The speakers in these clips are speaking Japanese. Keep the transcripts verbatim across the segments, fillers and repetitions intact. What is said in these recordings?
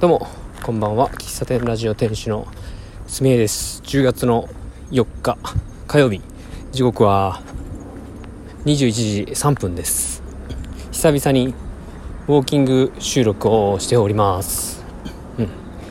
どうもこんばんは。喫茶店ラジオ店主のすみえです。じゅうがつのよっか火曜日、時刻はにじゅういちじさんぷんです。久々にウォーキング収録をしております、うん、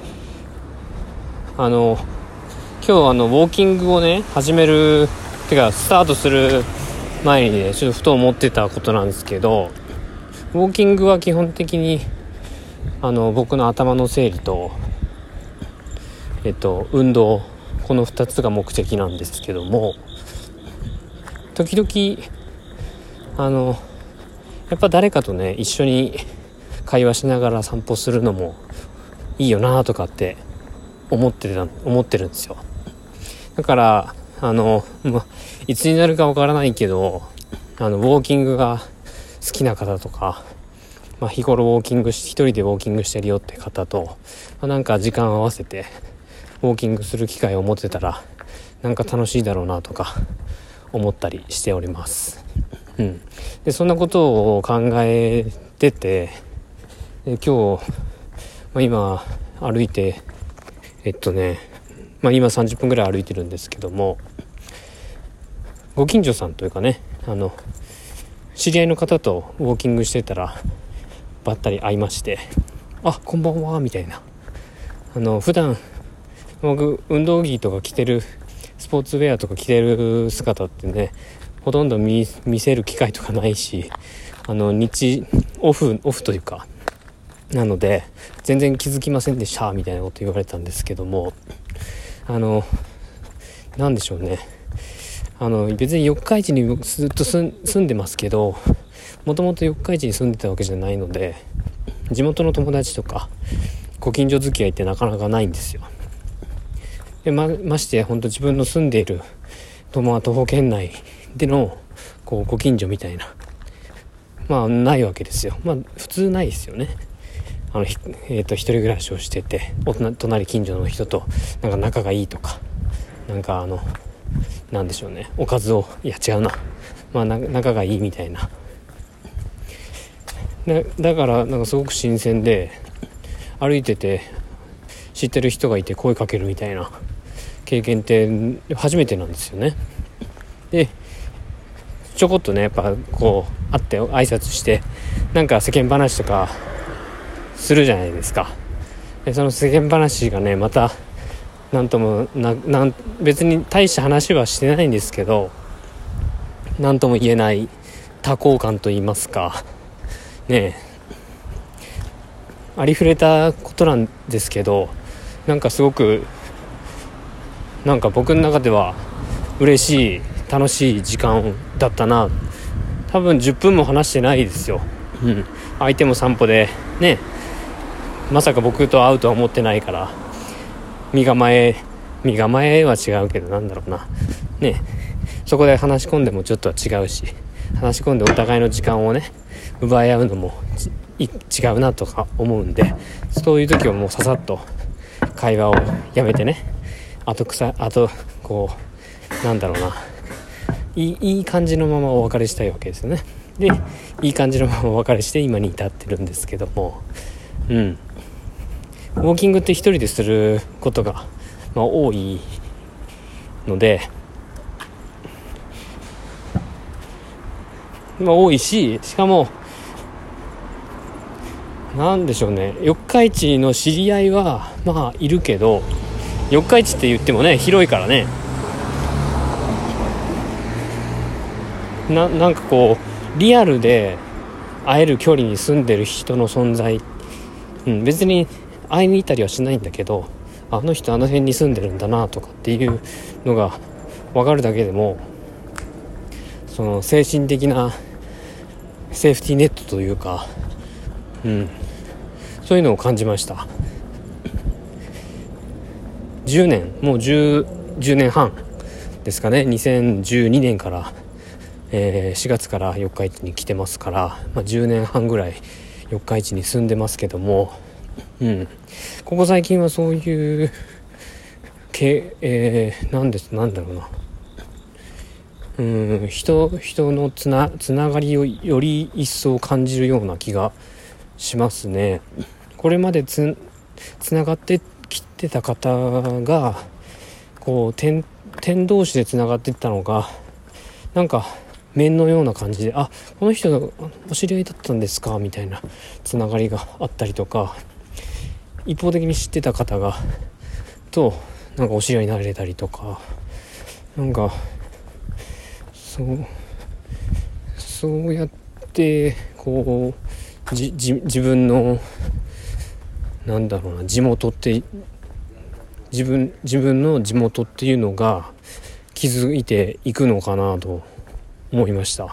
あの今日あのウォーキングをね始めるてかスタートする前にねちょっとふと思ってたことなんですけど、ウォーキングは基本的にあの僕の頭の整理とえっと運動、このふたつが目的なんですけども、時々あのやっぱ誰かとね一緒に会話しながら散歩するのもいいよなとかって思ってた思ってるんですよ。だからあの、ま、いつになるかわからないけど、あのウォーキングが好きな方とか、まあ、日頃ウォーキングし一人でウォーキングしてるよって方と、まあ、なんか時間を合わせてウォーキングする機会を持ってたらなんか楽しいだろうなとか思ったりしております、うん、でそんなことを考えてて、で今日、まあ、今歩いてえっとね、まあ、今さんじゅっぷんぐらい歩いてるんですけども、ご近所さんというかね、あの知り合いの方とウォーキングしてたらばったり会いまして、あ、こんばんはみたいな、あの普段僕運動着とか着てるスポーツウェアとか着てる姿ってねほとんど 見, 見せる機会とかないし、あの日オフオフというかなので全然気づきませんでしたみたいなこと言われたんですけども、あのなんでしょうね、あの別に四日市にずっと住んでますけど、もともと四日市に住んでたわけじゃないので、地元の友達とかご近所付き合いってなかなかないんですよ。で ま, まして本当自分の住んでいる徒歩圏内でのこうご近所みたいな、まあないわけですよ。まあ普通ないですよね。あの、えーと、一人暮らしをしててお隣近所の人となんか仲がいいとか、なんかあのなんでしょうね、おかずをいや違うな、まあな仲がいいみたいな、だ, だからなんかすごく新鮮で、歩いてて知ってる人がいて声かけるみたいな経験って初めてなんですよね。でちょこっとねやっぱこう会って挨拶してなんか世間話とかするじゃないですか。でその世間話がねまたなんともななん別に大した話はしてないんですけど、なんとも言えない多幸感と言いますかね、ありふれたことなんですけど、なんかすごくなんか僕の中では嬉しい楽しい時間だったな。多分じゅっぷんも話してないですよ、うん、相手も散歩でね、まさか僕と会うとは思ってないから身構え身構えは違うけどなんだろうなね、そこで話し込んでもちょっとは違うし、話し込んでお互いの時間をね奪い合うのも違うなとか思うんで、そういう時はもうささっと会話をやめてね、あとくさあとこうなんだろうないい、いい感じのままお別れしたいわけですよね。でいい感じのままお別れして今に至ってるんですけども、うんウォーキングって一人ですることが、まあ、多いので、まあ、多いし、しかもなんでしょうね、四日市の知り合いはまあいるけど、四日市って言ってもね広いからね、な, なんかこうリアルで会える距離に住んでる人の存在、うん、別に会いに行ったりはしないんだけど、あの人あの辺に住んでるんだなとかっていうのが分かるだけでも、その精神的なセーフティーネットというか、うん、そういうのを感じました。じゅうねんもう 10, 10年半ですかね。にせんじゅうにねんから、えー、しがつから四日市に来てますから、まあ、じゅうねんはんぐらい四日市に住んでますけども、うん、ここ最近はそういうけ、えー、なんです、なんだろうな、うん、人人のつなつながりをより一層感じるような気がしますね。これまでつつながってきてた方がこう点点同士でつながっていったのがなんか面のような感じで、あ、この人がお知り合いだったんですかみたいなつながりがあったりとか、一方的に知ってた方がとなんかお知り合いになれたりとか、なんかそうそうやってこうじじ自分のなんだろうな地元って自分自分の地元っていうのが気づいていくのかなと思いました。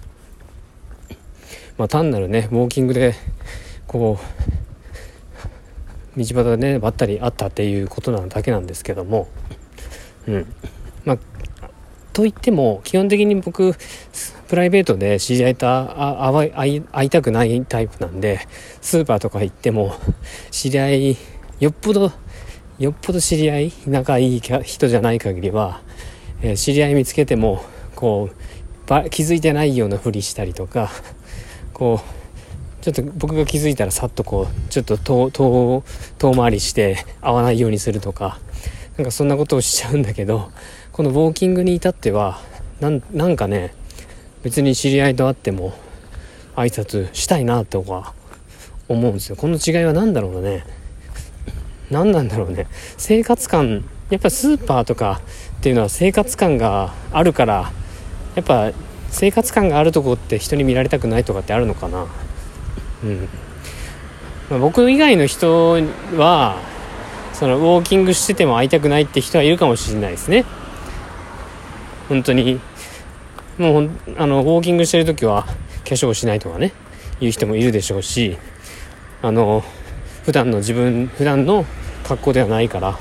まあ単なるねウォーキングでこう道端でねばったり会ったっていうことなだけなんですけども、うんまあといっても基本的に僕プライベートで知り合いとあ会い会い会いたくないタイプなんで、スーパーとか行っても知り合いよっぽどよっぽど知り合い仲いい人じゃない限りは、えー、知り合い見つけてもこう気づいてないようなふりしたりとか、こうちょっと僕が気づいたらさっとこうちょっと遠遠遠回りして会わないようにするとか、なんかそんなことをしちゃうんだけど、このウォーキングに至ってはなん、なんかね別に知り合いと会っても挨拶したいなとか思うんですよ。この違いは何だろうね何なんだろうね生活感、やっぱスーパーとかっていうのは生活感があるから、やっぱ生活感があるとこって人に見られたくないとかってあるのかな。うん、まあ、僕以外の人はそのウォーキングしてても会いたくないって人はいるかもしれないですね。本当にもうあのウォーキングしてるときは化粧しないとかねいう人もいるでしょうし、あの普段の自分普段の格好ではないから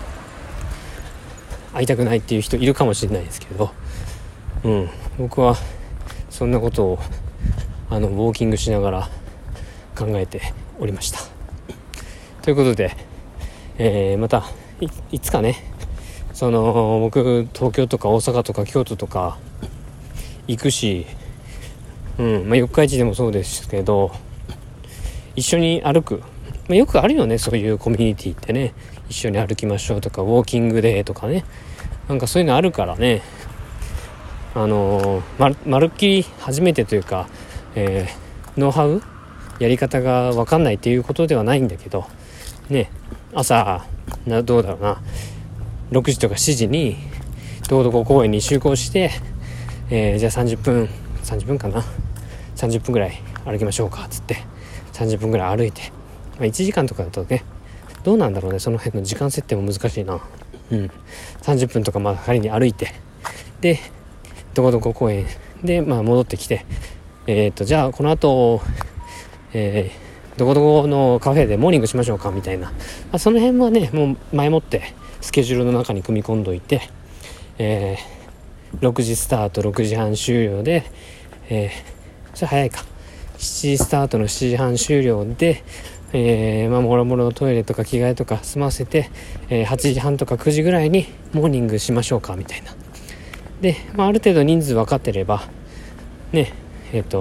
会いたくないっていう人いるかもしれないですけど、うん、僕はそんなことをあのウォーキングしながら考えておりました。ということで、えー、また い, いつかねその僕東京とか大阪とか京都とか行くし、うんまあ、四日市でもそうですけど一緒に歩く、まあ、よくあるよねそういうコミュニティってね、一緒に歩きましょうとかウォーキングデーとかね、なんかそういうのあるからね、あのー、ま, まるっきり初めてというか、えー、ノウハウやり方が分かんないっていうことではないんだけどね、朝などうだろうなろくじとかしちじにどうどこ公園に集合して、えー、じゃあさんじゅっぷんさんじゅっぷんかなさんじゅっぷんぐらい歩きましょうかっつってさんじゅっぷんぐらい歩いて、まあ、いちじかんとかだとねどうなんだろうね、その辺の時間設定も難しいな。うんさんじゅっぷんとかまあ仮に歩いて、でどこどこ公園でまあ戻ってきて、えーとじゃあこの後、えー、どこどこのカフェでモーニングしましょうかみたいな、まあ、その辺はねもう前もってスケジュールの中に組み込んどいて、えー、ろくじスタートろくじはん終了で、えー、それ早いかしちじスタートのしちじはん終了で、えーまあ、もろもろトイレとか着替えとか済ませて、えー、はちじはんとかくじぐらいにモーニングしましょうかみたいなで、まあ、ある程度人数分かってればねえっ、ー、と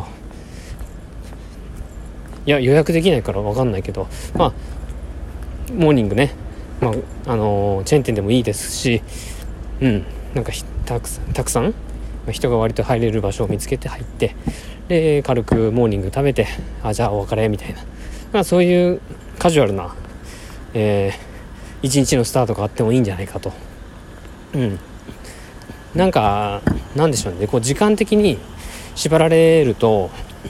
いや予約できないから分かんないけど、まあモーニングね、まああのー、チェーン店でもいいですし、うんなんかたくさんたくさん人が割と入れる場所を見つけて入って、で軽くモーニング食べて、あじゃあお別れみたいな、まあ、そういうカジュアルな、えー、一日のスタートがあってもいいんじゃないかと。うんなんかなんでしょうね、こう時間的に縛られると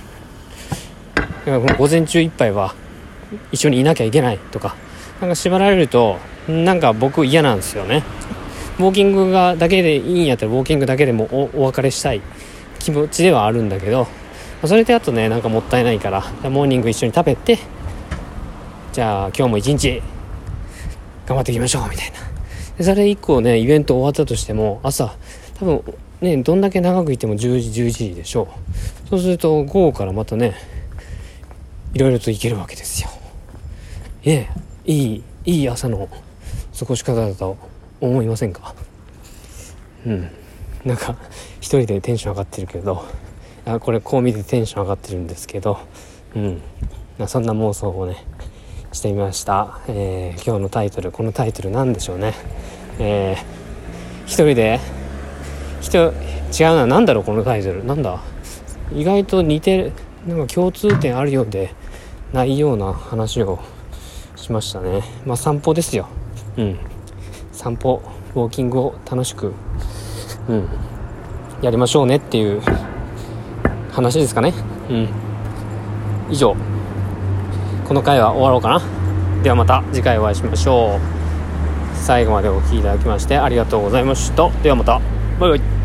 午前中いっぱいは一緒にいなきゃいけないとか、なんか縛られるとなんか僕嫌なんですよね。ウォーキングがだけでいいんやったらウォーキングだけでも お, お別れしたい気持ちではあるんだけど、それであとねなんかもったいないからモーニング一緒に食べて、じゃあ今日も一日頑張っていきましょうみたいな。でそれ以降ねイベント終わったとしても朝多分ねどんだけ長くいてもじゅうじじゅういちじでしょう。そうすると午後からまたねいろいろといけるわけですよ。ねいいいい朝の過ごし方だと思いませんか。うんなんか一人でテンション上がってるけど、あこれこう見てテンション上がってるんですけど、うんそんな妄想をねしてみました。えー、今日のタイトル、このタイトルなんでしょうね。えー、一人で人違うな、なんだろうこのタイトル、なんだ、意外と似てる、なんか共通点あるようでないような話をしましたね。まあ散歩ですよ。うん。散歩、ウォーキングを楽しく、うん、やりましょうねっていう話ですかね。うん。以上、この回は終わろうかな。ではまた次回お会いしましょう。最後までお聞きいただきましてありがとうございました。ではまた、バイバイ。